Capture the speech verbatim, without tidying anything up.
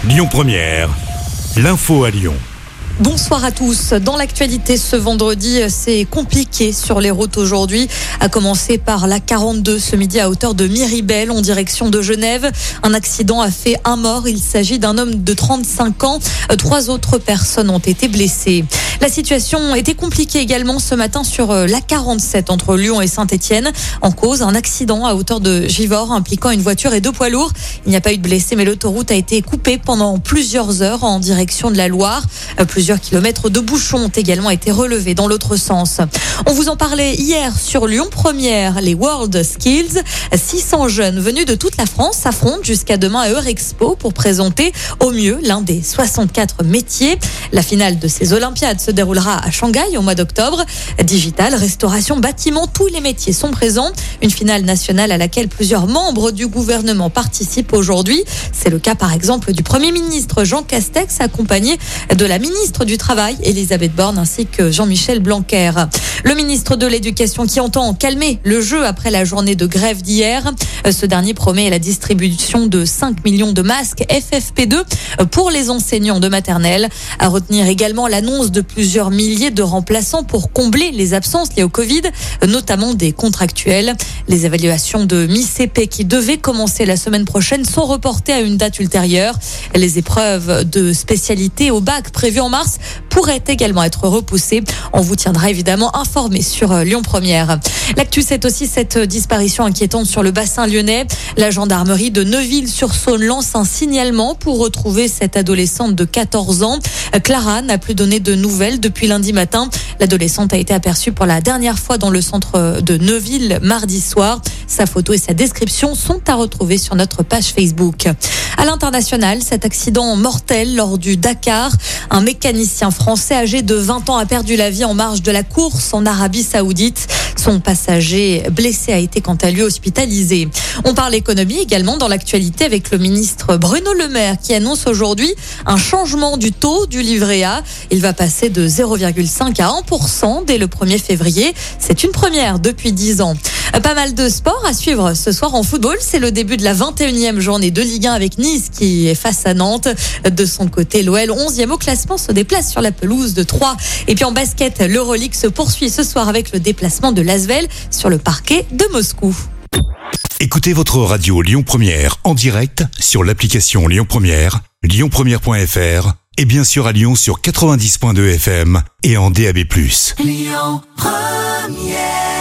Lyon Première, l'info à Lyon. Bonsoir à tous. Dans l'actualité ce vendredi, c'est compliqué sur les routes aujourd'hui. À commencer par la quarante-deux ce midi à hauteur de Miribel en direction de Genève. Un accident a fait un mort. Il s'agit d'un homme de trente-cinq ans. Trois autres personnes ont été blessées. La situation était compliquée également ce matin sur la quarante-sept entre Lyon et Saint-Étienne. En cause, un accident à hauteur de Givors impliquant une voiture et deux poids lourds. Il n'y a pas eu de blessés, mais l'autoroute a été coupée pendant plusieurs heures en direction de la Loire. Plusieurs kilomètres de bouchons ont également été relevés dans l'autre sens. On vous en parlait hier sur Lyon Première, les World Skills. six cents jeunes venus de toute la France s'affrontent jusqu'à demain à Eurexpo pour présenter au mieux l'un des soixante-quatre métiers. La finale de ces Olympiades se déroulera à Shanghai au mois d'octobre. Digital, restauration, bâtiment, tous les métiers sont présents. Une finale nationale à laquelle plusieurs membres du gouvernement participent aujourd'hui. C'est le cas par exemple du Premier ministre Jean Castex, accompagné de la ministre du Travail, Elisabeth Borne, ainsi que Jean-Michel Blanquer. Le ministre de l'Éducation qui entend calmer le jeu après la journée de grève d'hier. Ce dernier promet la distribution de cinq millions de masques F F P deux pour les enseignants de maternelle. À retenir également l'annonce de plusieurs milliers de remplaçants pour combler les absences liées au Covid, notamment des contractuels. Les évaluations de mi-C P qui devaient commencer la semaine prochaine sont reportées à une date ultérieure. Les épreuves de spécialité au bac prévues en mars pourraient également être repoussées. On vous tiendra évidemment informé sur Lyon Première. L'actu, c'est aussi cette disparition inquiétante sur le bassin lyonnais. La gendarmerie de Neuville-sur-Saône lance un signalement pour retrouver cette adolescente de quatorze ans. Clara n'a plus donné de nouvelles depuis lundi matin. L'adolescente a été aperçue pour la dernière fois dans le centre de Neuville mardi soir. Sa photo et sa description sont à retrouver sur notre page Facebook. À l'international, cet accident mortel lors du Dakar. Un mécanicien français âgé de vingt ans a perdu la vie en marge de la course en Arabie Saoudite. Son passager blessé a été quant à lui hospitalisé. On parle économie également dans l'actualité avec le ministre Bruno Le Maire qui annonce aujourd'hui un changement du taux du livret A. Il va passer de zéro virgule cinq à un pour cent dès le premier février. C'est une première depuis dix ans. Pas mal de sport à suivre ce soir en football. C'est le début de la vingt et unième journée de Ligue un avec Nice qui est face à Nantes. De son côté, l'O L, onzième au classement, se déplace sur la pelouse de Troyes. Et puis en basket, l'Euroleague se poursuit ce soir avec le déplacement de l'Asvel sur le parquet de Moscou. Écoutez votre radio Lyon Première en direct sur l'application Lyon Première, lyon première point f r et bien sûr à Lyon sur quatre-vingt-dix virgule deux F M et en D A B plus. Lyon Première.